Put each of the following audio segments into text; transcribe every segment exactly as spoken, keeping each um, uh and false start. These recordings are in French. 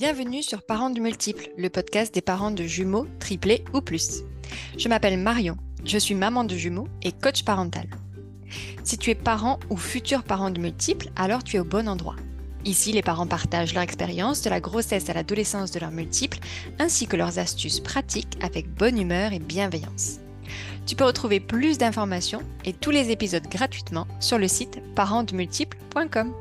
Bienvenue sur Parents du Multiple, le podcast des parents de jumeaux, triplés ou plus. Je m'appelle Marion, je suis maman de jumeaux et coach parental. Si tu es parent ou futur parent de multiples, alors tu es au bon endroit. Ici, les parents partagent leur expérience de la grossesse à l'adolescence de leurs multiples, ainsi que leurs astuces pratiques avec bonne humeur et bienveillance. Tu peux retrouver plus d'informations et tous les épisodes gratuitement sur le site parents du multiple point com.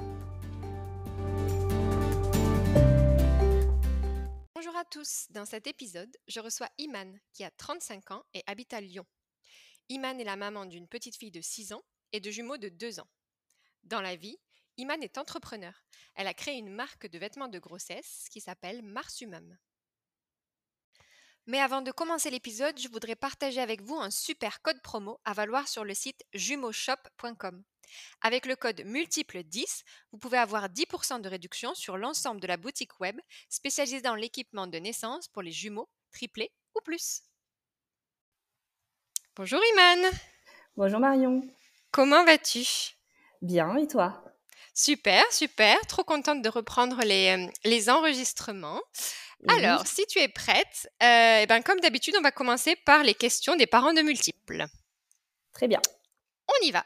Bonjour à tous, dans cet épisode, je reçois Imane qui a trente-cinq ans et habite à Lyon. Imane est la maman d'une petite fille de six ans et de jumeaux de deux ans. Dans la vie, Imane est entrepreneur. Elle a créé une marque de vêtements de grossesse qui s'appelle Marsumum. Mais avant de commencer l'épisode, je voudrais partager avec vous un super code promo à valoir sur le site jumeaux shop point com. Avec le code multiple dix, vous pouvez avoir dix pour cent de réduction sur l'ensemble de la boutique web spécialisée dans l'équipement de naissance pour les jumeaux, triplés ou plus. Bonjour Imane. Bonjour Marion. Comment vas-tu ? Bien, et toi ? Super, super. Trop contente de reprendre les, euh, les enregistrements. Oui. Alors, si tu es prête, euh, eh ben, comme d'habitude, on va commencer par les questions des parents de multiples. Très bien. On y va.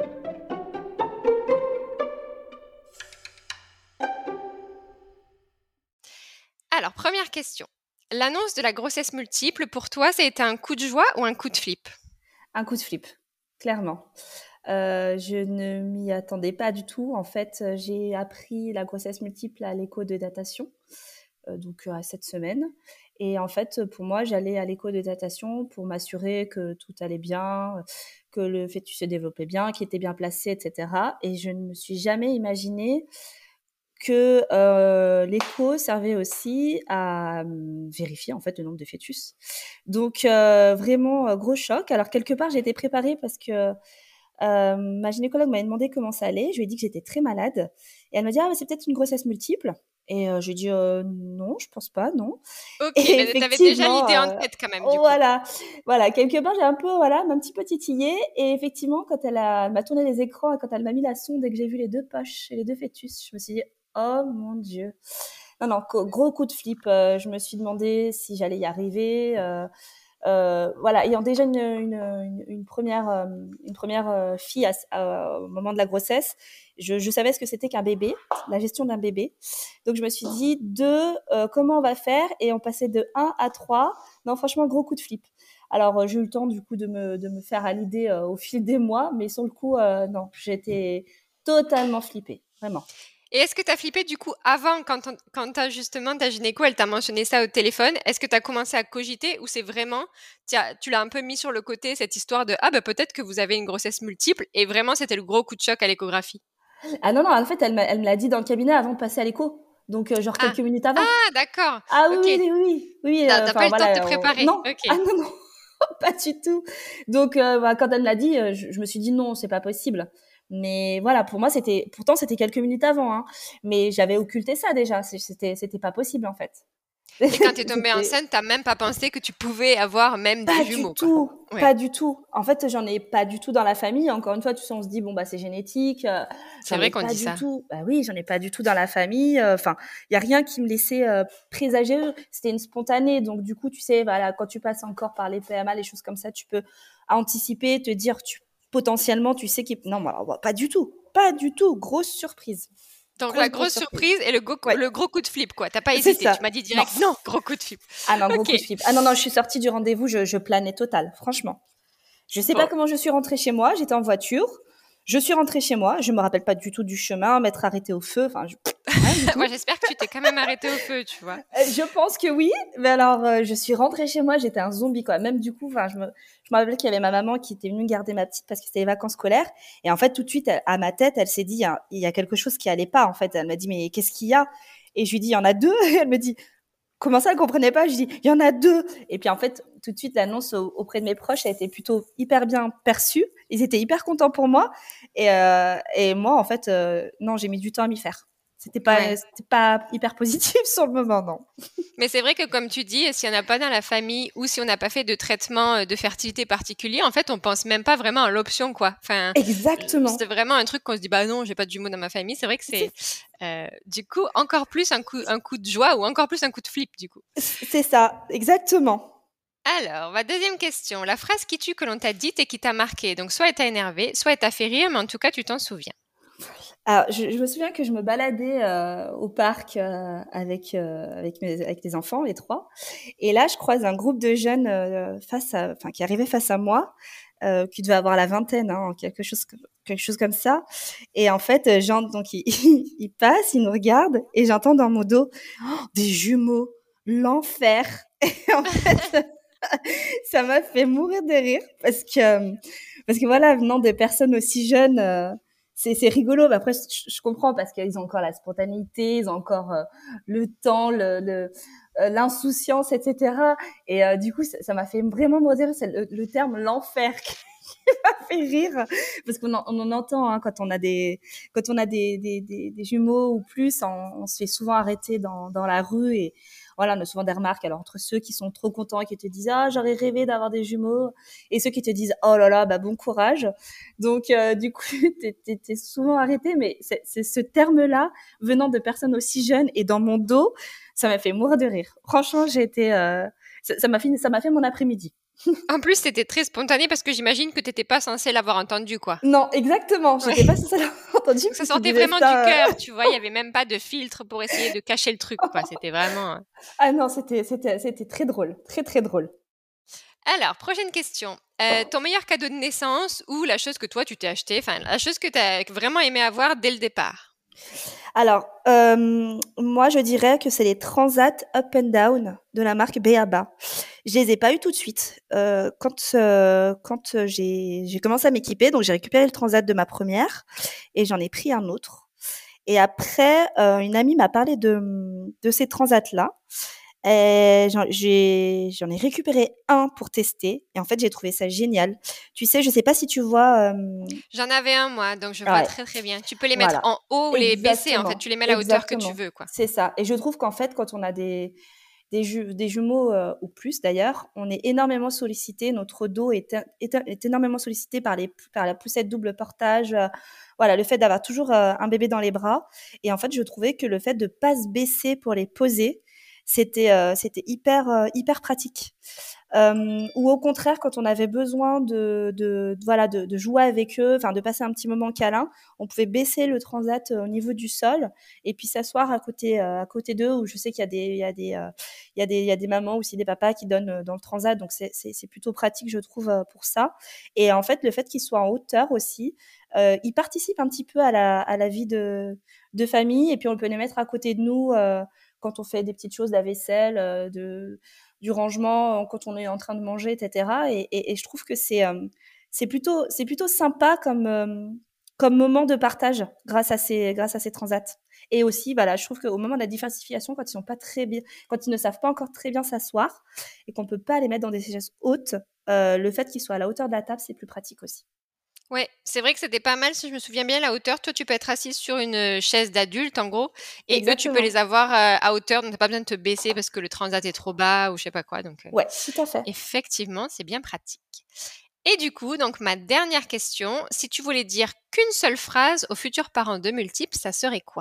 Alors, première question. L'annonce de la grossesse multiple, pour toi, ça a été un coup de joie ou un coup de flip ? Un coup de flip, clairement. Euh, je ne m'y attendais pas du tout. En fait, j'ai appris la grossesse multiple à l'écho de datation, euh, donc à cette semaine. Et en fait, pour moi, j'allais à l'écho de datation pour m'assurer que tout allait bien, que le fœtus se développait bien, qu'il était bien placé, et cetera. Et je ne me suis jamais imaginée que euh, l'écho servait aussi à euh, vérifier en fait le nombre de fœtus. Donc euh, vraiment euh, gros choc. Alors quelque part j'ai été préparée parce que euh, ma gynécologue m'avait demandé comment ça allait. Je lui ai dit que j'étais très malade et elle m'a dit ah mais c'est peut-être une grossesse multiple. Et euh, je lui ai dit euh, non, je pense pas, non. Ok, Et mais t'avais déjà l'idée en euh, tête quand même oh, du coup. Voilà, voilà, quelque part j'ai un peu voilà, un petit peu titillé et effectivement quand elle, a, elle m'a tourné les écrans et quand elle m'a mis la sonde et que j'ai vu les deux poches et les deux fœtus, je me suis dit oh mon Dieu. Non, non, gros coup de flip. Euh, je me suis demandé si j'allais y arriver. Euh, euh, voilà, ayant déjà une, une, une, une première, euh, une première euh, fille à, à, au moment de la grossesse, je, je savais ce que c'était qu'un bébé, la gestion d'un bébé. Donc, je me suis dit, deux, euh, comment on va faire ? Et on passait de un à trois. Non, franchement, gros coup de flip. Alors, euh, j'ai eu le temps, du coup, de me, de me faire à l'idée euh, au fil des mois. Mais sur le coup, euh, non, j'étais totalement flippée, vraiment. Et est-ce que tu as flippé du coup avant, quand, on, quand t'as justement ta gynéco, elle t'a mentionné ça au téléphone, est-ce que tu as commencé à cogiter ou c'est vraiment, tu l'as un peu mis sur le côté, cette histoire de « Ah bah peut-être que vous avez une grossesse multiple » et vraiment c'était le gros coup de choc à l'échographie ? Ah non, non, en fait, elle, elle me l'a dit dans le cabinet avant de passer à l'écho. Donc, euh, genre Ah, quelques minutes avant. ah d'accord, Ah oui, ok. oui, oui, oui. oui T'as euh, t'as pas eu le temps voilà, de te on... préparer, Non, ok. ah non, non, pas du tout. Donc, euh, bah, quand elle me l'a dit, euh, je, je me suis dit non, c'est pas possible. Mais voilà, pour moi, c'était, pourtant, c'était quelques minutes avant, hein. Mais j'avais occulté ça déjà. C'était, c'était pas possible, en fait. Et quand tu es tombée enceinte, t'as même pas pensé que tu pouvais avoir même pas des jumeaux, du tout, quoi. pas ouais. du tout. En fait, j'en ai pas du tout dans la famille. Encore une fois, tu sais, on se dit bon bah c'est génétique. Euh, c'est vrai qu'on dit ça. Tout. Bah oui, j'en ai pas du tout dans la famille. Enfin, euh, il y a rien qui me laissait euh, présager. C'était une spontanée, donc du coup, tu sais, voilà, quand tu passes encore par les P M A, les choses comme ça, tu peux anticiper, te dire, tu potentiellement, tu sais qu'il non, bah, pas du tout, pas du tout. Grosse surprise. Donc grosse, la grosse, grosse surprise, surprise et le, go- ouais. le gros coup de flip, quoi. T'as pas hésité, tu m'as dit direct, non. non, gros coup de flip. Ah non, gros okay. coup de flip. Ah non, non, je suis sortie du rendez-vous, je, je planais total, franchement. Je sais bon. pas comment je suis rentrée chez moi, j'étais en voiture, je suis rentrée chez moi, je me rappelle pas du tout du chemin, m'être arrêtée au feu, enfin... Je... Moi, j'espère que tu t'es quand même arrêtée au feu, tu vois. Je pense que oui, mais alors, euh, je suis rentrée chez moi, j'étais un zombie, quoi. Même du coup, enfin, je me, je me rappelle qu'il y avait ma maman qui était venue garder ma petite parce que c'était les vacances scolaires. Et en fait, tout de suite, elle, à ma tête, elle s'est dit, il y a quelque chose qui allait pas, en fait. Elle m'a dit, mais qu'est-ce qu'il y a ? Et je lui dis, il y en a deux. Et elle me dit, comment ça, elle comprenait pas ? Je dis, il y en a deux. Et puis, en fait, tout de suite, l'annonce auprès de mes proches a été plutôt hyper bien perçue. Ils étaient hyper contents pour moi. Et, euh, et moi, en fait, euh, non, j'ai mis du temps à m'y faire. c'était pas, Ouais. c'était pas hyper positif sur le moment, non. Mais c'est vrai que comme tu dis, s'il n'y en a pas dans la famille ou si on n'a pas fait de traitement euh, de fertilité particulier, en fait, on pense même pas vraiment à l'option, quoi. Enfin, Exactement. c'est vraiment un truc qu'on se dit, bah non, j'ai pas de jumeaux dans ma famille. C'est vrai que c'est, C'est, euh, du coup, encore plus un coup, un coup de joie ou encore plus un coup de flip, du coup. c'est ça, exactement. Alors, ma deuxième question. La phrase qui tue que l'on t'a dite et qui t'a marqué. Donc, soit elle t'a énervé, soit elle t'a fait rire, mais en tout cas, tu t'en souviens. Alors, je, je me souviens que je me baladais euh, au parc euh, avec euh, avec mes avec les enfants, les trois. Et là, je croise un groupe de jeunes euh, face à, enfin, qui arrivait face à moi, euh, qui devait avoir la vingtaine, hein, quelque chose comme- quelque chose comme ça. Et en fait, euh, j'entends donc ils ils passent, ils nous regardent, et j'entends dans mon dos oh, des jumeaux, l'enfer. Et en fait, ça m'a fait mourir de rire parce que parce que voilà, venant de personnes aussi jeunes. Euh, c'est, c'est rigolo, mais après je, je comprends parce qu'ils ont encore la spontanéité, ils ont encore euh, le temps, le, le euh, l'insouciance, et cetera. Et euh, du coup, ça, ça m'a fait vraiment me dire, c'est le, le terme l'enfer qui m'a fait rire parce qu'on en, on en entend hein, quand on a des quand on a des, des, des, des jumeaux ou plus, on, on se fait souvent arrêter dans, dans la rue et voilà, on a souvent des remarques. Alors entre ceux qui sont trop contents et qui te disent ah j'aurais rêvé d'avoir des jumeaux et ceux qui te disent oh là là bah bon courage. Donc euh, du coup t'es, t'es, t'es souvent arrêté, mais c'est, c'est ce terme-là venant de personnes aussi jeunes et dans mon dos, ça m'a fait mourir de rire. Franchement, j'ai été, euh, ça, ça m'a fait, ça m'a fait mon après-midi. En plus, c'était très spontané parce que j'imagine que t'étais pas censé l'avoir entendu, quoi. Non, exactement. Ouais. J'étais pas censée l'avoir entendu Donc, ça parce qu'il sortait disait vraiment du ça. cœur, tu vois. Il y avait même pas de filtre pour essayer de cacher le truc, quoi. C'était vraiment. euh. Ah non, c'était, c'était, c'était très drôle, très très drôle. Alors, prochaine question. Euh, ton meilleur cadeau de naissance ou la chose que toi tu t'es acheté, enfin la chose que tu as vraiment aimé avoir dès le départ. Alors, euh, moi, je dirais que c'est les Transat Up and Down de la marque B A B A. Je les ai pas eu tout de suite. Euh, quand euh, quand j'ai j'ai commencé à m'équiper, donc j'ai récupéré le Transat de ma première et j'en ai pris un autre. Et après, euh, une amie m'a parlé de de ces Transats-là. Et j'en, j'ai, j'en ai récupéré un pour tester. Et en fait, j'ai trouvé ça génial. Tu sais, je sais pas si tu vois. Euh... J'en avais un moi, donc je vois Ouais, très très bien. Tu peux les mettre voilà. en haut ou les baisser en fait. Exactement. Tu les mets à la hauteur que tu Exactement. veux, quoi. C'est ça. Et je trouve qu'en fait, quand on a des, des, ju- des jumeaux euh, ou plus d'ailleurs, on est énormément sollicité. Notre dos est, est, est énormément sollicité par, les, par la poussette double portage. Euh, voilà, le fait d'avoir toujours euh, un bébé dans les bras. Et en fait, je trouvais que le fait de pas se baisser pour les poser, c'était euh, c'était hyper euh, hyper pratique. Euh, ou au contraire, quand on avait besoin de, de, de voilà de, de jouer avec eux, enfin de passer un petit moment câlin, on pouvait baisser le transat euh, au niveau du sol et puis s'asseoir à côté euh, à côté d'eux. Où je sais qu'il y a des il y a des euh, il y a des il y a des mamans ou aussi des papas qui donnent euh, dans le transat, donc c'est c'est c'est plutôt pratique je trouve euh, pour ça. Et en fait, le fait qu'ils soient en hauteur aussi, euh, ils participent un petit peu à la à la vie de de famille et puis on peut les mettre à côté de nous. Euh, quand on fait des petites choses, la vaisselle, euh, de, du rangement, euh, quand on est en train de manger, et cetera. Et, et, et je trouve que c'est euh, c'est plutôt c'est plutôt sympa comme euh, comme moment de partage grâce à ces grâce à ces transats. Et aussi, voilà, je trouve qu'au moment de la diversification, quand ils sont pas très bien, quand ils ne savent pas encore très bien s'asseoir et qu'on peut pas les mettre dans des chaises hautes, euh, le fait qu'ils soient à la hauteur de la table, c'est plus pratique aussi. Ouais, c'est vrai que c'était pas mal si je me souviens bien la hauteur. Toi, tu peux être assise sur une euh, chaise d'adulte en gros, et eux, tu peux Exactement. les avoir euh, à hauteur, donc t'as pas besoin de te baisser parce que le transat est trop bas ou je sais pas quoi. Donc euh, Ouais, tout à fait. effectivement, c'est bien pratique. Et du coup, donc ma dernière question, si tu voulais dire qu'une seule phrase aux futurs parents de multiples, ça serait quoi?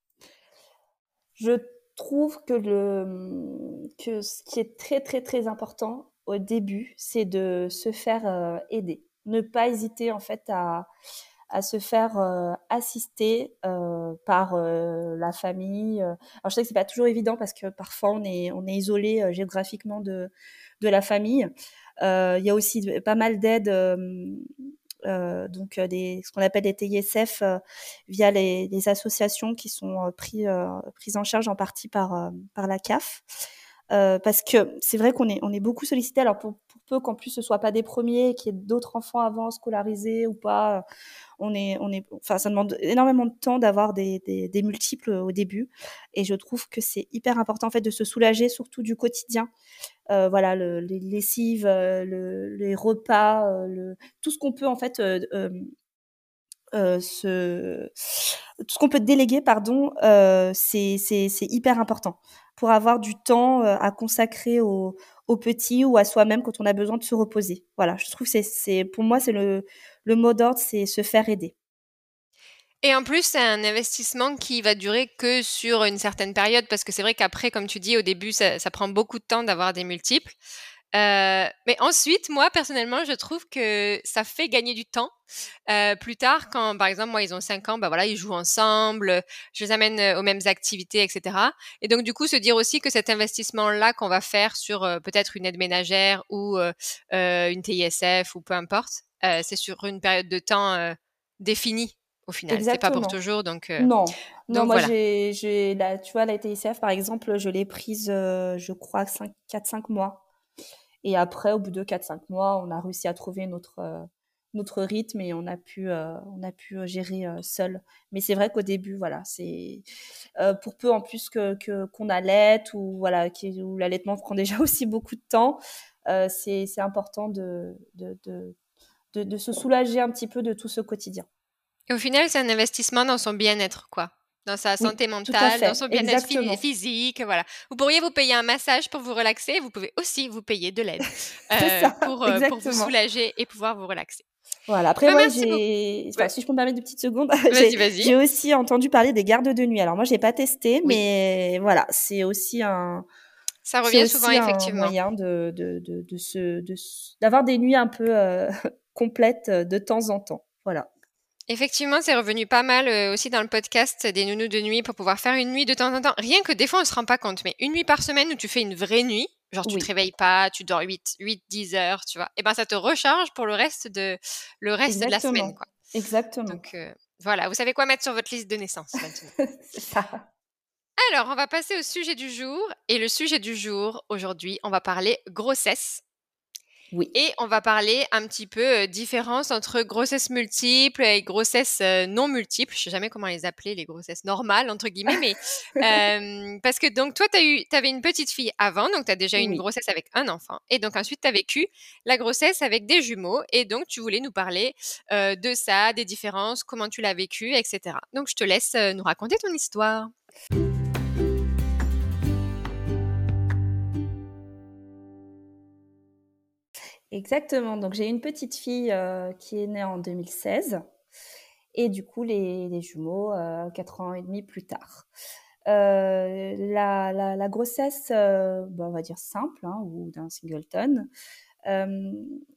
Je trouve que le que ce qui est très, très, très important au début, c'est de se faire, heu, aider. Ne pas hésiter en fait à à se faire, heu, assister, heu, par, heu, la famille, heu. Alors je sais que c'est pas toujours évident parce que parfois on est on est isolé, heu, géographiquement de de la famille. Heu, il y a aussi d pas mal d'aides, hem, heu, donc heu, des ce qu'on appelle des T I S F, heu, via les les associations qui sont, heu, pris, heu, prises en charge en partie par, heu, par la C A F. Heu, parce que c'est vrai qu'on est on est beaucoup sollicité. Alors pour pour peu qu'en plus ce soit pas des premiers, qu'il y ait d'autres enfants avant scolarisés ou pas, on est on est enfin ça demande énormément de temps d'avoir des des des multiples, au début et je trouve que c'est hyper important en fait de se soulager surtout du quotidien. Heu, voilà le les lessives, heu, le les repas, heu, le tout ce qu'on peut en fait, heu, hem, euh, ce... tout ce qu'on peut déléguer, pardon, euh, c'est, c'est, c'est hyper important pour avoir du temps euh, à consacrer aux, aux petits ou à soi-même quand on a besoin de se reposer. Voilà, je trouve que c'est, c'est, pour moi, c'est le, le mot d'ordre, c'est se faire aider. Et en plus, c'est un investissement qui va durer que sur une certaine période, parce que c'est vrai qu'après, comme tu dis, au début, ça, ça prend beaucoup de temps d'avoir des multiples. Euh, mais ensuite, moi, personnellement, je trouve que ça fait gagner du temps. Euh, plus tard, quand, par exemple, moi, ils ont cinq ans, bah voilà, ils jouent ensemble, je les amène euh, aux mêmes activités, et cetera. Et donc, du coup, se dire aussi que cet investissement-là qu'on va faire sur euh, peut-être une aide ménagère ou euh, euh, une T I S F ou peu importe, euh, c'est sur une période de temps euh, définie au final. C'est pas pour Exactement. toujours, donc, euh, Non, non, donc moi voilà. j'ai, j'ai la, tu vois, la T I C F par exemple, je l'ai prise, euh, je crois, quatre cinq mois. Et après, au bout de quatre cinq mois, on a réussi à trouver notre, euh, notre rythme et on a pu, euh, on a pu gérer euh, seul. Mais c'est vrai qu'au début, voilà, c'est euh, pour peu en plus que, que qu'on allaite ou voilà, qui, où l'allaitement prend déjà aussi beaucoup de temps, euh, c'est, c'est important de, de, de, de, de se soulager un petit peu de tout ce quotidien. Et au final, c'est un investissement dans son bien-être, quoi. Dans sa Oui, santé tout à mentale, dans fait, son bien-être phy- exactement. physique, voilà. Vous pourriez vous payer un massage pour vous relaxer, vous pouvez aussi vous payer de l'aide C'est euh, ça, pour, euh, pour vous exactement. soulager et pouvoir vous relaxer. Voilà. Après, Ben, moi, merci beaucoup. j'ai, enfin, Ouais, si je peux me permettre de petites secondes, vas-y, j'ai, vas-y. j'ai aussi entendu parler des gardes de nuit. Alors moi, j'ai pas testé, Oui, mais voilà, c'est aussi un, ça c'est revient souvent, aussi un effectivement. moyen de, de, de, de se, de, se- d'avoir des nuits un peu euh, complètes euh, de temps en temps. Voilà. Effectivement, c'est revenu pas mal euh, aussi dans le podcast des nounous de nuit pour pouvoir faire une nuit de temps en temps. Rien que des fois, on se rend pas compte, mais une nuit par semaine où tu fais une vraie nuit, genre tu te Oui, réveilles pas, tu dors huit, huit, dix heures, tu vois, et ben ça te recharge pour le reste de, le reste de la semaine, exactement, quoi. exactement. Donc euh, voilà, vous savez quoi mettre sur votre liste de naissance maintenant. C'est ça. Alors, on va passer au sujet du jour. Et le sujet du jour, aujourd'hui, on va parler grossesse. Oui. Et on va parler un petit peu euh, différence entre grossesse multiple et grossesse euh, non multiple. Je sais jamais comment les appeler, les grossesses normales, entre guillemets, mais euh, parce que donc toi, tu as eu, t'avais une petite fille avant, donc tu as déjà eu une Oui. grossesse avec un enfant. Et donc ensuite, tu as vécu la grossesse avec des jumeaux. Et donc, tu voulais nous parler euh, de ça, des différences, comment tu l'as vécu, et cetera. Donc, je te laisse euh, nous raconter ton histoire. Exactement. Donc, j'ai une petite fille euh, qui est née en deux mille seize et du coup, les, les jumeaux euh, quatre ans et demi plus tard. Euh, la, la, la grossesse, euh, bon, on va dire simple, hein, ou d'un singleton, euh,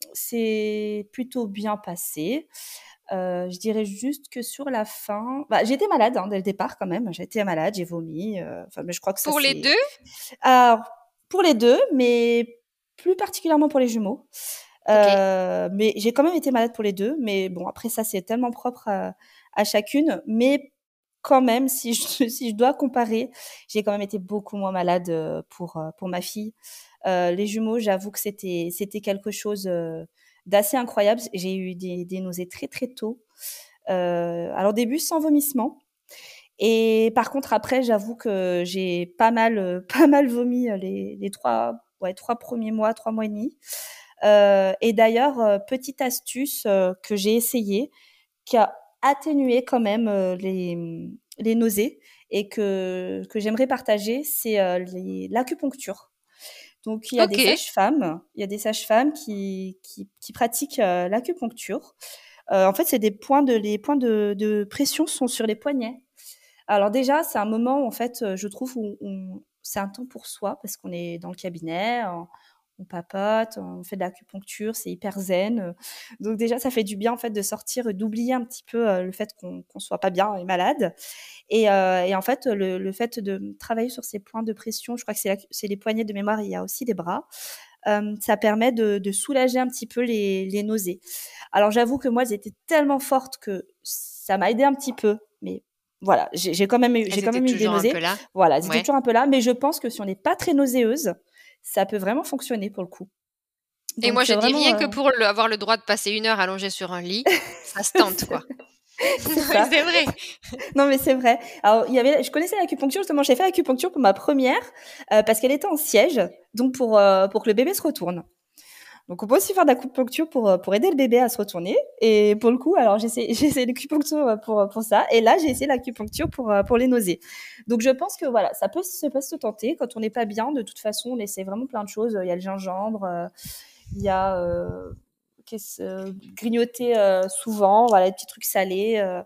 c'est plutôt bien passé. Euh, je dirais juste que sur la fin, bah, j'étais malade hein, dès le départ quand même. J'étais malade, j'ai vomi. euh, Enfin, mais je crois que ça Pour les c'est. deux, Alors pour les deux, mais plus particulièrement pour les jumeaux. ok. Euh, mais j'ai quand même été malade pour les deux. Mais bon, après ça c'est tellement propre à, à chacune. Mais quand même, si je, si je dois comparer, j'ai quand même été beaucoup moins malade euh, pour euh, pour ma fille. Euh, les jumeaux, j'avoue que c'était c'était quelque chose euh, d'assez incroyable. J'ai eu des, des nausées très très tôt. Euh, alors au début sans vomissement. Et par contre après, j'avoue que j'ai pas mal euh, pas mal vomi euh, les, les trois ouais trois premiers mois, trois mois et demi. Euh, et d'ailleurs, euh, petite astuce euh, que j'ai essayée, qui a atténué quand même euh, les les nausées et que que j'aimerais partager, c'est euh, les- l'acupuncture. Donc, il y a des Ok. sages-femmes, il y a des sages-femmes qui, qui, qui pratiquent euh, l'acupuncture. Euh, en fait, c'est des points de, les points de, de pression sont sur les poignets. Alors déjà, c'est un moment, en fait, euh, je trouve, où on, c'est un temps pour soi, parce qu'on est dans le cabinet, on, on papote, on fait de l'acupuncture, c'est hyper zen. Donc déjà, ça fait du bien, en fait, de sortir, d'oublier un petit peu euh, le fait qu'on qu'on soit pas bien et malade. Et, euh, et en fait, le, le fait de travailler sur ces points de pression, je crois que c'est, la, c'est les poignets de mémoire, il y a aussi les bras, euh, ça permet de, de soulager un petit peu les, les nausées. Alors j'avoue que moi, elles étaient tellement fortes que ça m'a aidé un petit peu, mais voilà, j'ai, j'ai quand même eu, j'ai Elles quand étaient même eu des toujours un peu nausées. là. Voilà, elles étaient Ouais. toujours un peu là, mais je pense que si on n'est pas très nauséeuse, ça peut vraiment fonctionner pour le coup. Et moi, Donc je euh, dis vraiment, rien euh, que pour le- avoir le droit de passer une heure allongée sur un lit, ça se tente, quoi. c'est Non, mais ça. c'est vrai. Non, mais c'est vrai. Alors, il y avait, je connaissais l'acupuncture, justement, j'ai fait l'acupuncture pour ma première, euh, parce qu'elle était en siège, donc pour, euh, pour que le bébé se retourne. Donc, on peut aussi faire de l'acupuncture pour, pour aider le bébé à se retourner. Et pour le coup, alors, j'essaie, j'essaie l'acupuncture pour, pour ça. Et là, j'ai essayé l'acupuncture pour, pour les nausées. Donc, je pense que voilà, ça peut, ça peut se tenter quand on n'est pas bien. De toute façon, on essaie vraiment plein de choses. Il y a le gingembre, euh, il y a euh, euh, grignoter euh, souvent, voilà, des petits trucs salés. Euh,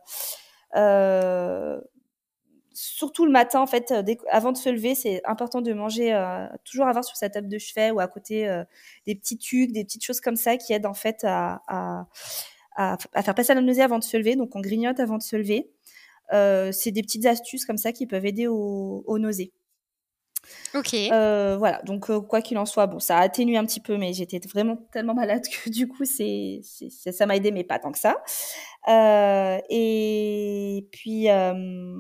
euh, surtout le matin, en fait, dès, avant de se lever, c'est important de manger, euh, toujours avoir sur sa table de chevet ou à côté euh, des petits tucs, des petites choses comme ça qui aident en fait à, à, à, à faire passer la nausée avant de se lever. Donc, on grignote avant de se lever. Euh, c'est des petites astuces comme ça qui peuvent aider aux, aux nausées. Ok. Euh, voilà, donc euh, quoi qu'il en soit, bon, ça a atténué un petit peu, mais j'étais vraiment tellement malade que du coup, c'est, c'est, c'est- ça m'a aidé, mais pas tant que ça. Euh, et puis, euh,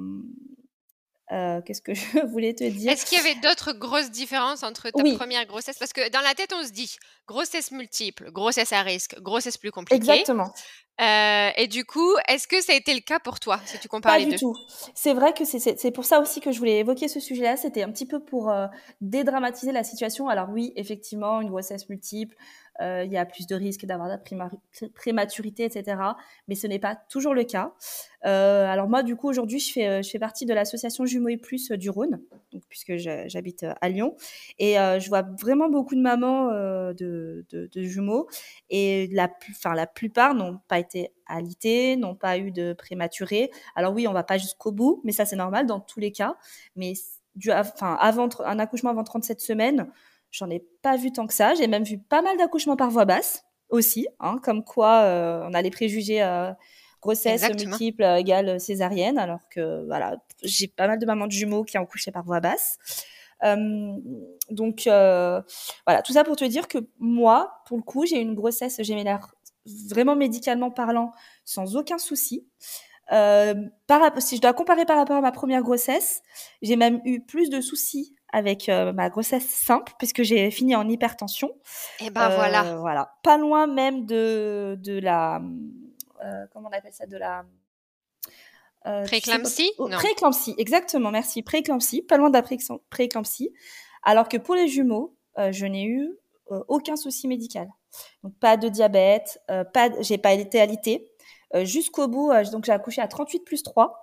euh, qu'est-ce que je voulais te dire? Est-ce qu'il y avait d'autres grosses différences entre ta Oui, première grossesse? Parce que dans la tête, on se dit grossesse multiple, grossesse à risque, grossesse plus compliquée. exactement. Euh, et du coup, est-ce que ça a été le cas pour toi, si tu compares Pas les du deux? tout. C'est vrai que c'est c'est c'est pour ça aussi que je voulais évoquer ce sujet-là. C'était un petit peu pour euh, dédramatiser la situation. Alors oui, effectivement, une grossesse multiple, euh, il y a plus de risques d'avoir de la prima- prématurité, et cetera. Mais ce n'est pas toujours le cas. Euh, alors moi, du coup, aujourd'hui, je fais, euh, je fais partie de l'association Jumeaux et Plus euh, du Rhône, donc, puisque je- j'habite euh, à Lyon. Et euh, je vois vraiment beaucoup de mamans euh, de, de, de jumeaux. Et la, plus- enfin, la plupart n'ont pas été alitées, n'ont pas eu de prématuré. Alors oui, on va pas jusqu'au bout, mais ça c'est normal dans tous les cas. Mais du, enfin, avant un accouchement avant trente-sept semaines, j'en ai pas vu tant que ça. J'ai même vu pas mal d'accouchements par voie basse aussi, hein, comme quoi euh, on a les préjugés euh, grossesse Exactement. multiple euh, égale césarienne, alors que voilà, j'ai pas mal de mamans de jumeaux qui ont accouché par voie basse. Euh, donc euh, voilà, tout ça pour te dire que moi, pour le coup, j'ai eu une grossesse gémellaire vraiment médicalement parlant, sans aucun souci. Euh, par, si je dois comparer par rapport à ma première grossesse, j'ai même eu plus de soucis avec euh, ma grossesse simple, puisque j'ai fini en hypertension. Et ben voilà. Euh, voilà, pas loin même de, de la... Euh, comment on appelle ça? De la... Euh, tu sais, quand... Préclampsie? oh, Non. prééclampsie, exactement, merci. Prééclampsie, pas loin de la pré- prééclampsie. Alors que pour les jumeaux, euh, je n'ai eu euh, aucun souci médical. Donc pas de diabète, euh, pas, de- j'ai pas été alitée. Euh, jusqu'au bout, euh, donc j'ai accouché à trente-huit plus trois.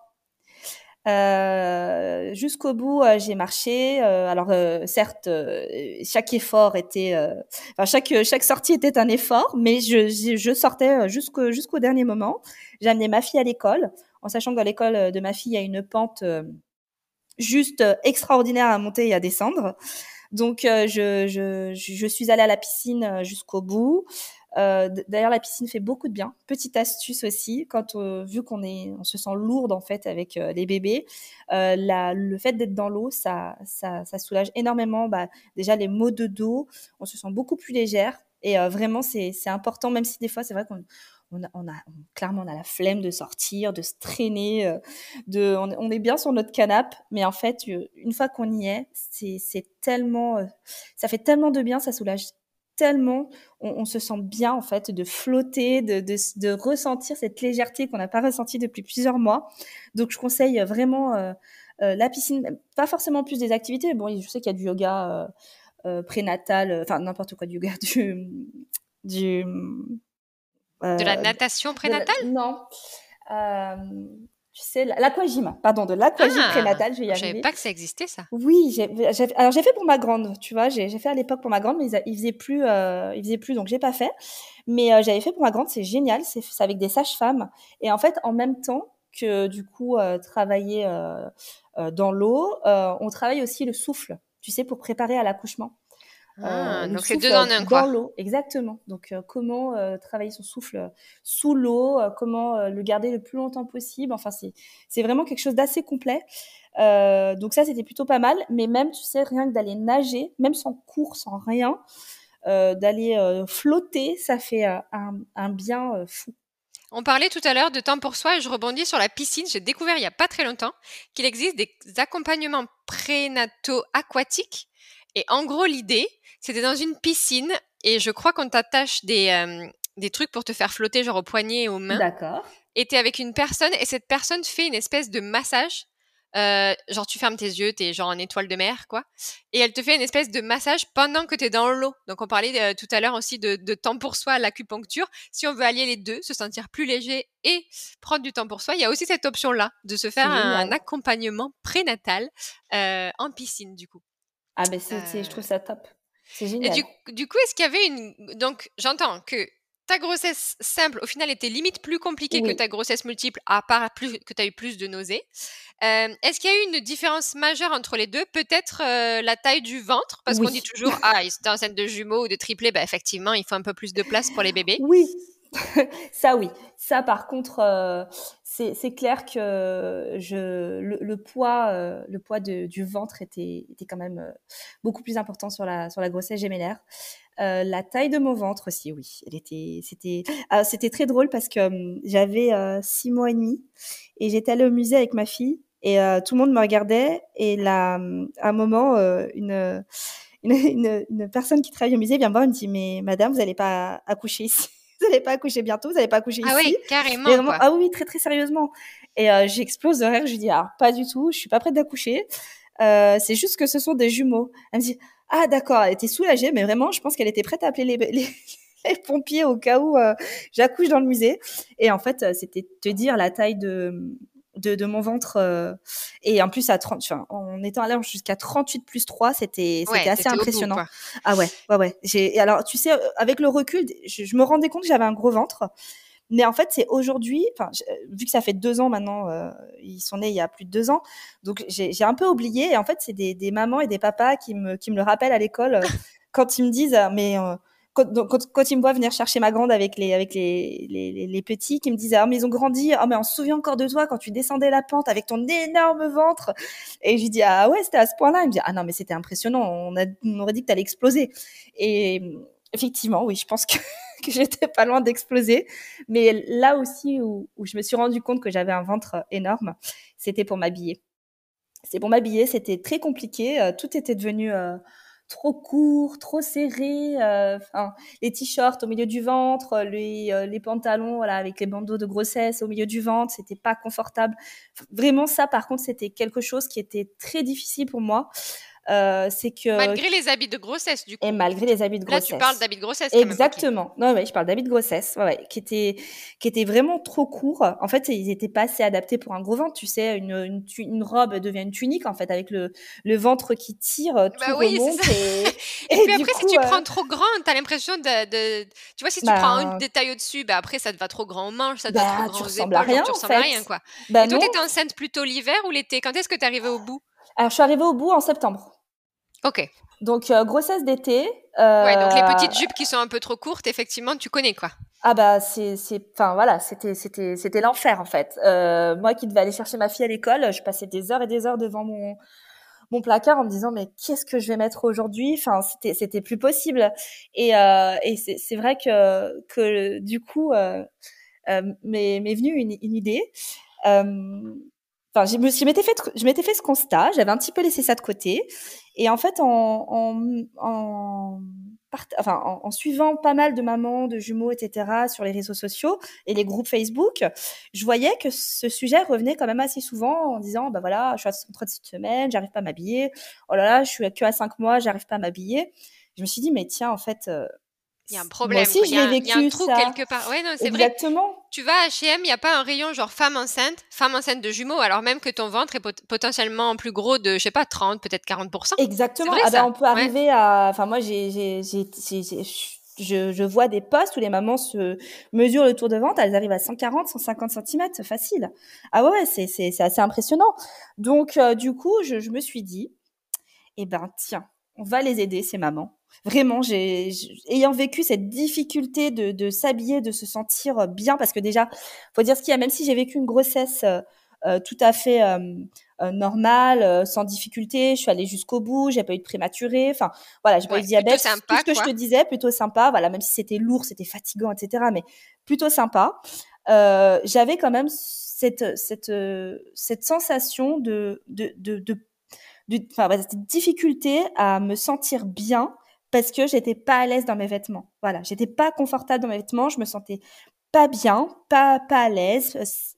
Euh, jusqu'au bout, euh, j'ai marché. Euh, alors euh, certes, euh, chaque effort était, euh, enfin chaque chaque sortie était un effort, mais je je, je sortais jusqu'au jusqu'au dernier moment. J'ai amené ma fille à l'école, en sachant que dans l'école de ma fille, il y a une pente euh, juste euh, extraordinaire à monter et à descendre. Donc euh, je, je je suis allée à la piscine euh, jusqu'au bout. Euh, D'ailleurs, la piscine fait beaucoup de bien. Petite astuce aussi, quand euh, vu qu'on est, on se sent lourde en fait avec euh, les bébés, euh, la, le fait d'être dans l'eau, ça, ça, ça soulage énormément. Bah, déjà les maux de dos, on se sent beaucoup plus légère. Et euh, vraiment, c'est, c'est important, même si des fois, c'est vrai qu'on on a, on a on, clairement on a la flemme de sortir, de se traîner, euh, de, on, on est bien sur notre canapé, mais en fait, euh, une fois qu'on y est, c'est, c'est tellement, euh, ça fait tellement de bien, ça soulage tellement, on, on se sent bien en fait de flotter, de, de, de ressentir cette légèreté qu'on n'a pas ressentie depuis plusieurs mois. Donc je conseille vraiment euh, euh, la piscine, pas forcément plus des activités. Bon, je sais qu'il y a du yoga euh, euh, prénatal, euh, enfin n'importe quoi, du yoga, du, du De la euh, natation de la- prénatale? non, euh, tu sais, l'aquagym, pardon, de l'aquagym Ah, prénatal, je vais y je savais arriver. pas que ça existait, ça. Oui, j'ai, j'ai- alors j'ai fait pour ma grande, tu vois, j'ai j'ai fait à l'époque pour ma grande, mais ils, a- ils faisaient plus, euh, ils faisaient plus, donc j'ai pas fait. Mais euh, j'avais fait pour ma grande, c'est génial, c'est c'est avec des sages-femmes. Et en fait, en même temps que du coup euh, travailler euh, euh, dans l'eau, euh, on travaille aussi le souffle, tu sais, pour préparer à l'accouchement. Euh, Ah, le donc c'est souffle deux en un, dans quoi. l'eau, exactement. Donc, euh, comment euh, travailler son souffle sous l'eau, euh, comment euh, le garder le plus longtemps possible. Enfin, c'est c'est vraiment quelque chose d'assez complet. Euh, donc ça, c'était plutôt pas mal. Mais même, tu sais, rien que d'aller nager, même sans cours, sans rien, euh, d'aller euh, flotter, ça fait euh, un, un bien euh, fou. On parlait tout à l'heure de temps pour soi et je rebondis sur la piscine. J'ai découvert il y a pas très longtemps qu'il existe des accompagnements prénataux aquatiques. Et en gros, l'idée, c'était dans une piscine et je crois qu'on t'attache des, euh, des trucs pour te faire flotter, genre au poignet et aux mains. D'accord. Et t'es avec une personne et cette personne fait une espèce de massage Euh, genre, tu fermes tes yeux, t'es genre en étoile de mer, quoi. Et elle te fait une espèce de massage pendant que t'es dans l'eau. Donc, on parlait euh, tout à l'heure aussi de, de temps pour soi à l'acupuncture. Si on veut allier les deux, se sentir plus léger et prendre du temps pour soi, il y a aussi cette option-là de se faire C'est un génial. accompagnement prénatal euh, en piscine, du coup. Ah ben c'est, c'est- je Euh, trouve ça top. C'est Et génial. du, du coup, est-ce qu'il y avait une... Donc, j'entends que ta grossesse simple, au final, était limite plus compliquée que Oui, ta grossesse multiple, à part plus, que tu as eu plus de nausées. Euh, est-ce qu'il y a eu une différence majeure entre les deux? Peut-être euh, la taille du ventre, parce qu'on dit oui, toujours, ah, si t'es enceinte de jumeaux ou de triplés, bah, effectivement, il faut un peu plus de place pour les bébés. oui. Ça oui, ça par contre, euh, c'est c'est clair que je le, le poids, euh, le poids de- du ventre était était quand même euh, beaucoup plus important sur la sur la grossesse gémellaire. Euh, la taille de mon ventre aussi, oui, elle était c'était ah, c'était très drôle parce que hum, j'avais euh, six mois et demi et j'étais allée au musée avec ma fille et euh, tout le monde me regardait et là hum, à un moment euh, une, une une une personne qui travaille au musée vient me voir et me dit mais madame vous n'allez pas accoucher ici. Vous n'allez pas accoucher bientôt, vous n'allez pas accoucher Ah ouais, ici. Et carrément, vraiment, quoi. ah oui, oui, très, très sérieusement. Et euh, j'explose de rire, je lui dis, ah, pas du tout, je suis pas prête d'accoucher. Euh, c'est juste que ce sont des jumeaux. Elle me dit, ah d'accord, elle était soulagée, mais vraiment, je pense qu'elle était prête à appeler les, les, les pompiers au cas où euh, j'accouche dans le musée. Et en fait, euh, c'était te dire la taille de, de, de mon ventre. Euh, et en plus, à trente, enfin, en étant allé jusqu'à trente-huit plus trois, c'était, c'était Ouais, assez t'étais au bout, impressionnant. quoi. Ah ouais, ouais, ouais. J'ai, et alors, tu sais, euh, avec le recul, je, je me rendais compte que j'avais un gros ventre. Mais en fait, c'est aujourd'hui, enfin, vu que ça fait deux ans maintenant, euh, ils sont nés il y a plus de deux ans, donc j'ai, j'ai un peu oublié. Et en fait, c'est des, des mamans et des papas qui me, qui me le rappellent à l'école euh, quand ils me disent, euh, mais euh, quand, donc, quand, quand ils me voient venir chercher ma grande avec les, avec les, les, les, les petits, qui me disent, ah, mais ils ont grandi, ah, mais on se souvient encore de toi quand tu descendais la pente avec ton énorme ventre. Et je lui dis, ah ouais, c'était à ce point-là. Il me dit, ah non, mais c'était impressionnant, on, a, on aurait dit que t'allais exploser. Et effectivement, oui, je pense que, que j'étais pas loin d'exploser. Mais là aussi où, où je me suis rendu compte que j'avais un ventre énorme, c'était pour m'habiller. C'est pour m'habiller, c'était très compliqué. Euh, tout était devenu euh, trop court, trop serré. Euh, enfin, les t-shirts au milieu du ventre, les, euh, les pantalons, voilà, avec les bandeaux de grossesse au milieu du ventre, c'était pas confortable. Vraiment, ça, par contre, c'était quelque chose qui était très difficile pour moi. Euh, c'est que Malgré les habits de grossesse, du et coup. malgré les habits de Là, tu parles grossesse. d'habits de grossesse, quand même. Ok. Exactement. Non, ouais, je parle d'habits de grossesse, ouais, ouais, qui étaient, qui étaient vraiment trop courts. En fait, ils étaient pas assez adaptés pour un gros ventre. Tu sais, une, une, tu- une robe devient une tunique, en fait, avec le, le ventre qui tire, euh, tout Bah oui, c'est ça. remonte et, Et et puis du après, si coup, tu euh, prends trop grand, t'as l'impression de, de- Tu vois, si tu prends une ben, détail au-dessus, bah après, ça te va trop grand aux manches, ça te va trop bah, tu grand aux ressembles à épaules, genre rien, tu en ressembles à rien, fait. quoi. Ben Et toi, non. t'étais enceinte plutôt l'hiver ou l'été? Quand est-ce que t'arrivais au bout? Alors, je suis arrivée au bout en septembre. Ok. Donc, euh, grossesse d'été. Ouais, donc les Euh, petites jupes qui sont un peu trop courtes, effectivement, tu connais, quoi. Ah bah c'est c'est enfin voilà, c'était c'était c'était l'enfer en fait. Euh, moi qui devais aller chercher ma fille à l'école, je passais des heures et des heures devant mon mon placard en me disant mais qu'est-ce que je vais mettre aujourd'hui? Enfin c'était c'était plus possible. Et euh, et c'est c'est vrai que que du coup euh, euh, m'est m'est venue une, une idée. Euh, Enfin, je me- je m'étais fait, je m'étais fait ce constat, j'avais un petit peu laissé ça de côté, et en fait, en, en, en, part- enfin, en, en suivant pas mal de mamans, de jumeaux, et cetera, sur les réseaux sociaux et les groupes Facebook, je voyais que ce sujet revenait quand même assez souvent en disant, bah voilà, je suis à soixante-treize semaines, j'arrive pas à m'habiller, oh là là, je suis que à cinq mois, j'arrive pas à m'habiller. Je me suis dit, mais tiens, en fait, euh, Il y a un moi problème, aussi, quoi. Il je y a l'ai un, il y a un vécu, trou ça. quelque part. Ouais, non, c'est vrai. Exactement. Tu vas à H et M, il n'y a pas un rayon genre femme enceinte, femme enceinte de jumeaux, alors même que ton ventre est pot- potentiellement plus gros de, je sais pas, trente, peut-être quarante pour cent. C'est Exactement. vrai, Ah ben, ça? on peut Ouais. arriver à. Enfin, moi, j'ai, j'ai, j'ai, j'ai- j'ai- je, je vois des posts où les mamans se mesurent le tour de ventre, elles arrivent à cent quarante, cent cinquante centimètres, facile. Ah ouais, ouais, c'est, c'est, c'est assez impressionnant. Donc, euh, du coup, je, je me suis dit, eh ben, tiens, on va les aider, ces mamans. Vraiment, j'ai, j'- ayant vécu cette difficulté de, de s'habiller, de se sentir bien, parce que déjà, faut dire ce qu'il y a, même si j'ai vécu une grossesse euh, euh, tout à fait euh, euh, normale, euh, sans difficulté, je suis allée jusqu'au bout, j'ai pas eu de prématuré, enfin, voilà, j'ai pas eu Ouais, de plutôt diabète, tout sympa, ce que je te quoi. disais, plutôt sympa, voilà, même si c'était lourd, c'était fatigant, et cetera, mais plutôt sympa. Euh, j'avais quand même cette, cette, euh, cette sensation de, de, de, de du- enfin, ouais, cette difficulté à me sentir bien parce que j'étais pas à l'aise dans mes vêtements. Voilà, j'étais pas confortable dans mes vêtements, je me sentais pas bien, pas pas à l'aise.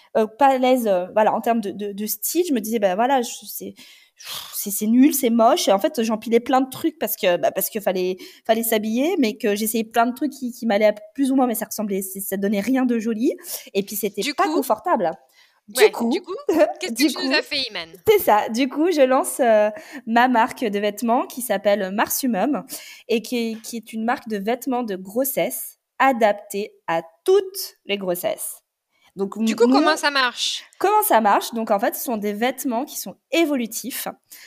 euh, pas à l'aise, euh, voilà, en termes de, de, de style. Je me disais, ben voilà, je, c'est, c'est, c'est nul, c'est moche. Et en fait, j'empilais plein de trucs parce que, bah, parce que fallait, fallait s'habiller, mais que j'essayais plein de trucs qui, qui m'allaient plus ou moins, mais ça ressemblait, ça donnait rien de joli. Et puis, c'était Du pas coup, confortable. Du ouais, du coup, coup, qu'est-ce que du tu nous coup, as fait, Iman? c'est ça. Du coup, je lance euh, ma marque de vêtements qui s'appelle Marsumum et qui est, qui est une marque de vêtements de grossesse adaptée à toutes les grossesses. Donc, Du m- coup, nous, comment ça marche? comment ça marche? Donc, en fait, ce sont des vêtements qui sont évolutifs,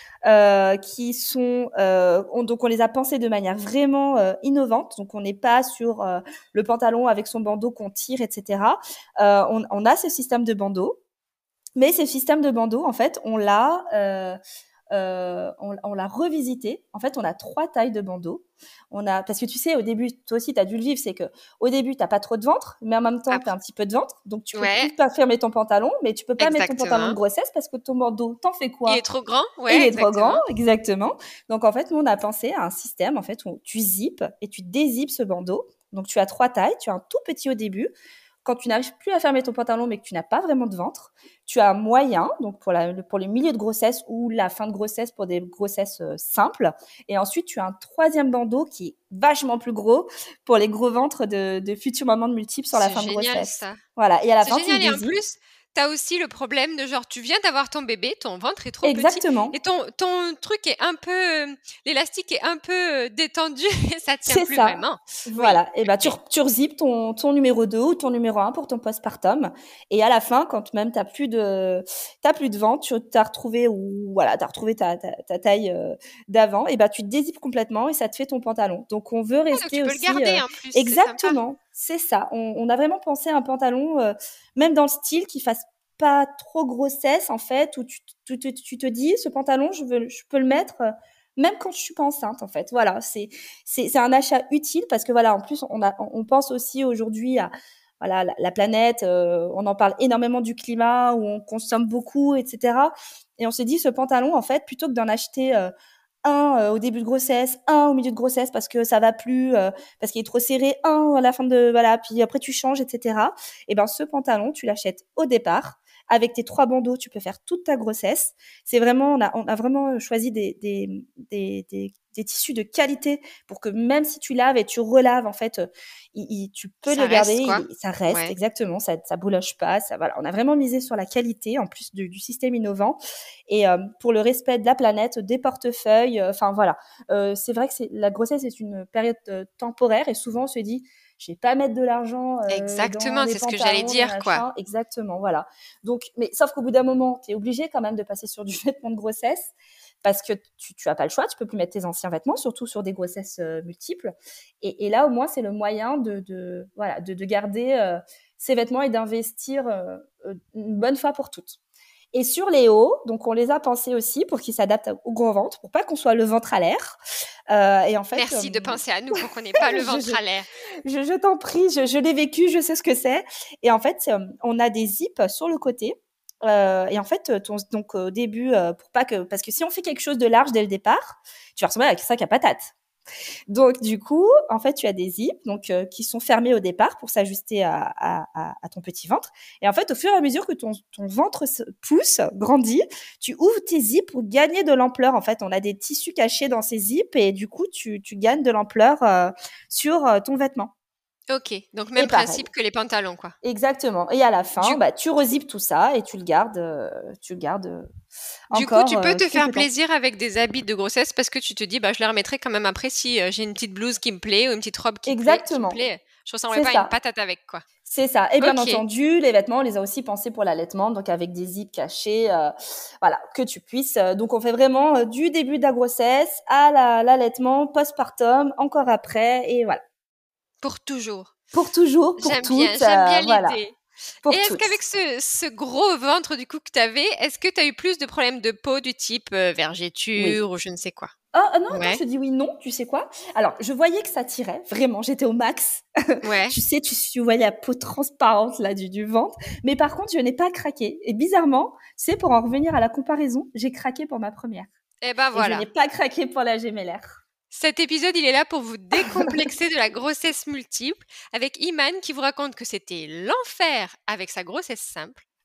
euh, qui sont, euh, on, donc on les a pensés de manière vraiment euh, innovante. Donc, on n'est pas sur euh, le pantalon avec son bandeau qu'on tire, et cetera. Euh, on, on a ce système de bandeau. Mais ce système de bandeau, en fait, on l'a, euh, euh, on, on l'a revisité. En fait, on a trois tailles de bandeau. On a, parce que tu sais, au début, toi aussi, tu as dû le vivre, c'est que au début, t'as pas trop de ventre, mais en même temps, tu as Après, un petit peu de ventre. Donc, tu peux ouais, plus pas fermer ton pantalon, mais tu peux pas mettre ton pantalon de exactement. grossesse parce que ton bandeau, t'en fais Il est quoi? trop grand? Il Ouais, est trop grand, exactement. exactement. Donc, en fait, nous, on a pensé à un système, en fait, où tu zippes et tu dézippes ce bandeau. Donc, tu as trois tailles. Tu as un tout petit au début. Quand tu n'arrives plus à fermer ton pantalon, mais que tu n'as pas vraiment de ventre, tu as un moyen, donc pour, la, pour les milieux de grossesse ou la fin de grossesse pour des grossesses euh, simples. Et ensuite, tu as un troisième bandeau qui est vachement plus gros pour les gros ventres de, de futures mamans de multiples sur la C'est fin de génial, grossesse. ça. Voilà. Et à la C'est fin, tu le génial. Et en dézippes. plus, t'as aussi le problème de genre, tu viens d'avoir ton bébé, ton ventre est trop petit, et Exactement. ton, ton truc est un peu, euh, l'élastique est un peu euh, détendu et ça tient C'est plus ça. vraiment. Oui, Voilà. Et ben, tu, ok. re- tu rezippes ton, ton numéro deux ou ton numéro un pour ton postpartum. Et à la fin, quand même t'as plus de, t'as plus de ventre, tu t'as retrouvé ou voilà, t'as retrouvé ta, ta, ta taille euh, d'avant, et ben, tu te dézippes complètement et ça te fait ton pantalon. Donc, on veut Ah, donc tu rester peux le aussi, garder euh, en plus, c'est sympa. exactement. C'est ça. On, on a vraiment pensé à un pantalon, euh, même dans le style qui fasse pas trop grossesse, en fait, où tu, tu, tu, tu te dis, ce pantalon, je veux, je peux le mettre, euh, même quand je suis pas enceinte, en fait. Voilà. C'est, c'est, c'est un achat utile parce que voilà, en plus, on, a, on pense aussi aujourd'hui à voilà, la, la planète, euh, on en parle énormément du climat, où on consomme beaucoup, et cetera. Et on s'est dit, ce pantalon, en fait, plutôt que d'en acheter euh, un euh, au début de grossesse, un au milieu de grossesse parce que ça va plus, euh, parce qu'il est trop serré, un à la fin de, voilà, puis après tu changes, et cetera. Et ben, ce pantalon, tu l'achètes au départ. Avec tes trois bandeaux, tu peux faire toute ta grossesse. C'est vraiment, on a, on a vraiment choisi des, des, des, des, des tissus de qualité pour que même si tu laves et tu relaves, en fait, euh, il, il, tu peux Ça le garder, reste il, quoi? est- ça reste Ouais. exactement, ça, ça bouloche pas, ça, voilà. On a vraiment misé sur la qualité en plus du, du système innovant et euh, pour le respect de la planète, des portefeuilles, euh, enfin voilà. Euh, c'est vrai que c'est, la grossesse est une période euh, temporaire et souvent on se dit, je vais pas mettre de l'argent euh, dans Exactement, des c'est ce que j'allais pantalons, des dire, quoi. machins, exactement, voilà. Donc, mais sauf qu'au bout d'un moment, tu es obligé quand même de passer sur du vêtement de grossesse parce que tu, tu as pas le choix, tu peux plus mettre tes anciens vêtements, surtout sur des grossesses euh, multiples. Et, et là, au moins, c'est le moyen de, de voilà, de, de garder euh, ces vêtements et d'investir euh, euh, une bonne fois pour toutes. Et sur les hauts, donc on les a pensés aussi pour qu'ils s'adaptent au gros ventre, pour pas qu'on soit le ventre à l'air. Euh, et en fait, euh, Merci de penser à nous pour qu'on n'ait pas le je, ventre je, à l'air. je, je t'en prie, je, je l'ai vécu, je sais ce que c'est. Et en fait, euh, on a des zips sur le côté. Euh, et en fait, ton, donc au début, euh, pour pas que, parce que si on fait quelque chose de large dès le départ, tu vas ressembler à un sac à patates. Donc du coup, en fait, tu as des zips donc euh, qui sont fermés au départ pour s'ajuster à, à, à, à ton petit ventre. Et en fait, au fur et à mesure que ton, ton ventre se pousse, grandit, tu ouvres tes zips pour gagner de l'ampleur. En fait, on a des tissus cachés dans ces zips et du coup, tu, tu gagnes de l'ampleur euh, sur euh, ton vêtement. Ok, donc Et même pareil. principe que les pantalons, quoi. Exactement. Et à la fin, Du, bah, tu rezippes tout ça et tu le gardes, euh, tu le gardes euh, du coup, encore tu peux euh, te faire quelques temps. plaisir avec des habits de grossesse parce que tu te dis, bah, je les remettrai quand même après si euh, j'ai une petite blouse qui me plaît ou une petite robe qui, plaît, qui me Exactement. plaît. Je ressemblerai C'est pas à une ça. patate avec, quoi. C'est ça. Et bien Ok, entendu, les vêtements, on les a aussi pensés pour l'allaitement, donc avec des zips cachés, euh, voilà, que tu puisses. euh, donc on fait vraiment euh, du début de la grossesse à la- l'allaitement, postpartum, encore après, et voilà. pour toujours. Pour toujours, pour J'aime bien, toutes, j'aime euh, bien voilà, l'idée. Et pour est-ce toutes. qu'avec ce, ce gros ventre du coup que tu avais, est-ce que tu as eu plus de problèmes de peau du type euh, Oui. vergeture ou je ne sais quoi? Ah ah non, attends, je Ouais, te dis oui, non, tu sais quoi? Alors, je voyais que ça tirait, vraiment, j'étais au max. ouais. Tu sais, tu, tu voyais la peau transparente là du, du ventre. Mais par contre, je n'ai pas craqué. Et bizarrement, tu sais, pour en revenir à la comparaison, j'ai craqué pour ma première. Eh ben Et je n'ai voilà. pas craqué pour la gémellaire. Cet épisode, il est là pour vous décomplexer de la grossesse multiple avec Iman qui vous raconte que c'était l'enfer avec sa grossesse simple.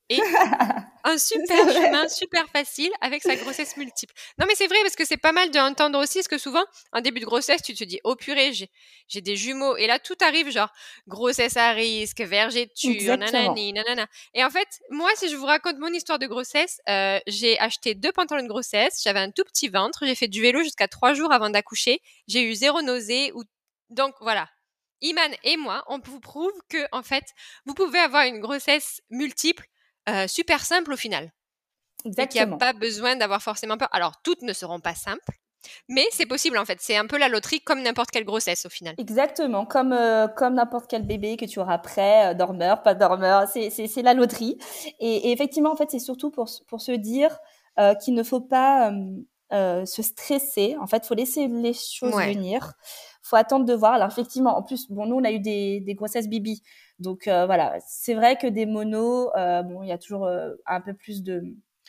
et un super chemin, super facile avec sa grossesse multiple. Non, mais c'est vrai parce que c'est pas mal d'entendre aussi, parce que souvent, en début de grossesse, tu te dis, oh purée, j'ai, j'ai des jumeaux. Et là, tout arrive, genre, grossesse à risque, vergéture, nanani, nanana. Et en fait, moi, si je vous raconte mon histoire de grossesse, euh, j'ai acheté deux pantalons de grossesse, j'avais un tout petit ventre, j'ai fait du vélo jusqu'à trois jours avant d'accoucher, j'ai eu zéro nausée. Ou... Donc, voilà. Iman et moi, on vous prouve que, en fait, vous pouvez avoir une grossesse multiple Euh, super simple au final. Exactement. Et qu'il n'y a pas besoin d'avoir forcément peur. Alors, toutes ne seront pas simples, mais c'est possible en fait. C'est un peu la loterie comme n'importe quelle grossesse au final. Exactement, comme, euh, comme n'importe quel bébé que tu auras prêt, euh, dormeur, pas dormeur, c'est, c'est, c'est la loterie. Et, et effectivement, en fait, c'est surtout pour, pour se dire euh, qu'il ne faut pas euh, euh, se stresser. En fait, il faut laisser les choses Ouais. venir. Faut attendre de voir. Alors effectivement, en plus, bon, nous on a eu des, des grossesses bibi, donc euh, voilà, c'est vrai que des monos, euh, bon, il y a toujours euh, un peu plus de,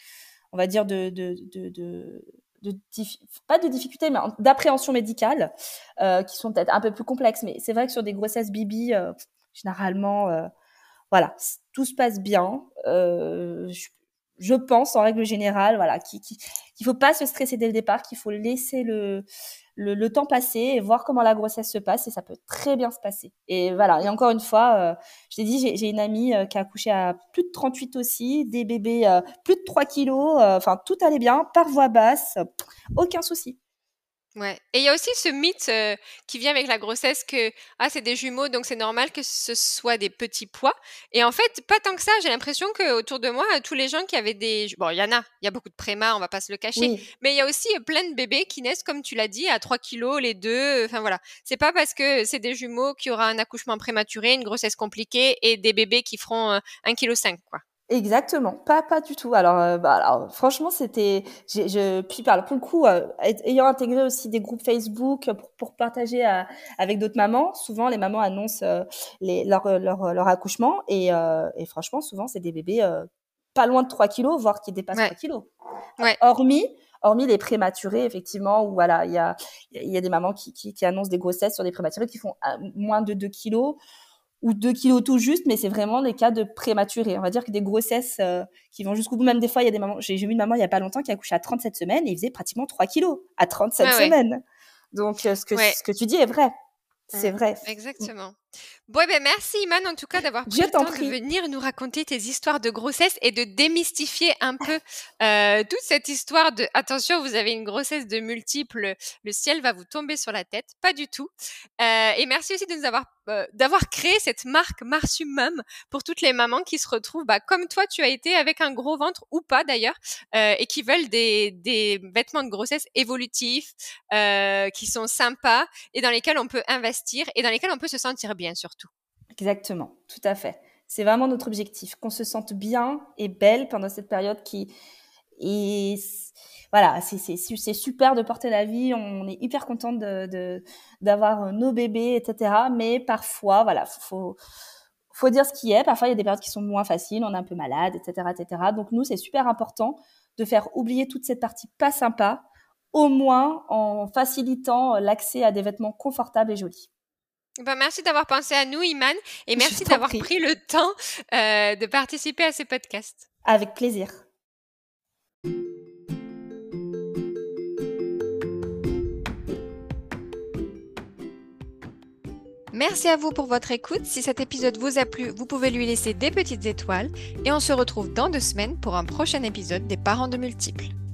on va dire de, de, de, de, de diffi- pas de difficultés, mais d'appréhension médicale, euh, qui sont peut-être un peu plus complexes. Mais c'est vrai que sur des grossesses bibi, euh, généralement, euh, voilà, tout se passe bien. Euh, je, je pense, en règle générale, voilà, qu'il, qu'il, qu'il faut pas se stresser dès le départ, qu'il faut laisser le le, le temps passer et voir comment la grossesse se passe, et ça peut très bien se passer. Et voilà, et encore une fois, euh, je t'ai dit, j'ai, j'ai une amie euh, qui a accouché à plus de trente-huit aussi, des bébés euh, plus de trois kilos, enfin euh, tout allait bien, par voie basse, aucun souci. Ouais. Et il y a aussi ce mythe euh, qui vient avec la grossesse que ah c'est des jumeaux donc c'est normal que ce soit des petits poids. Et en fait pas tant que ça. J'ai l'impression que autour de moi tous les gens qui avaient des bon il y en a il y a beaucoup de prémas, on va pas se le cacher, Oui. Mais il y a aussi plein de bébés qui naissent comme tu l'as dit à trois kilos les deux. Enfin voilà, c'est pas parce que c'est des jumeaux qu'il y aura un accouchement prématuré, une grossesse compliquée et des bébés qui feront euh, un virgule cinq kilos quoi. Exactement, pas pas du tout. Alors, euh, bah, alors franchement, c'était, j'ai, je, puis par pour le coup, euh, ayant intégré aussi des groupes Facebook pour, pour partager à, avec d'autres mamans. Souvent, les mamans annoncent euh, les, leur, leur leur accouchement et, euh, et franchement, souvent, c'est des bébés euh, pas loin de trois kilos, voire qui dépassent Ouais. trois kilos. Ouais. Hormis hormis les prématurés, effectivement, où voilà, il y a il y a des mamans qui, qui qui annoncent des grossesses sur des prématurés qui font moins de deux kilos. Ou deux kilos tout juste, mais c'est vraiment les cas de prématurés. On va dire que des grossesses euh, qui vont jusqu'au bout. Même des fois, il y a des mamans, j'ai, j'ai vu une maman il y a pas longtemps qui a accouché à trente-sept semaines et il faisait pratiquement trois kilos à trente-sept Ouais, ouais. semaines. Donc, euh, ce que, Ouais. ce que tu dis est vrai. C'est Mmh, vrai. exactement. Bon, eh ben merci Iman en tout cas d'avoir pris Je le t'en temps prie. de venir nous raconter tes histoires de grossesse et de démystifier un peu euh, toute cette histoire de attention, vous avez une grossesse de multiples, le ciel va vous tomber sur la tête, pas du tout. Euh, et merci aussi de nous avoir euh, d'avoir créé cette marque Marsumum pour toutes les mamans qui se retrouvent bah, comme toi tu as été avec un gros ventre ou pas d'ailleurs euh, et qui veulent des, des vêtements de grossesse évolutifs euh, qui sont sympas et dans lesquels on peut investir et dans lesquels on peut se sentir bien surtout. Exactement, tout à fait. C'est vraiment notre objectif, qu'on se sente bien et belle pendant cette période qui et voilà, c'est, c'est, c'est super de porter la vie, on est hyper contente de, de, d'avoir nos bébés, et cetera. Mais parfois, voilà, faut, faut dire ce qui est. Parfois, il y a des périodes qui sont moins faciles, on est un peu malade, et cetera, et cetera. Donc nous, c'est super important de faire oublier toute cette partie pas sympa, au moins en facilitant l'accès à des vêtements confortables et jolis. Ben, merci d'avoir pensé à nous, Iman, et merci Je d'avoir prie. pris le temps euh, de participer à ce podcast. Avec plaisir. Merci à vous pour votre écoute. Si cet épisode vous a plu, vous pouvez lui laisser des petites étoiles et on se retrouve dans deux semaines pour un prochain épisode des parents de multiples.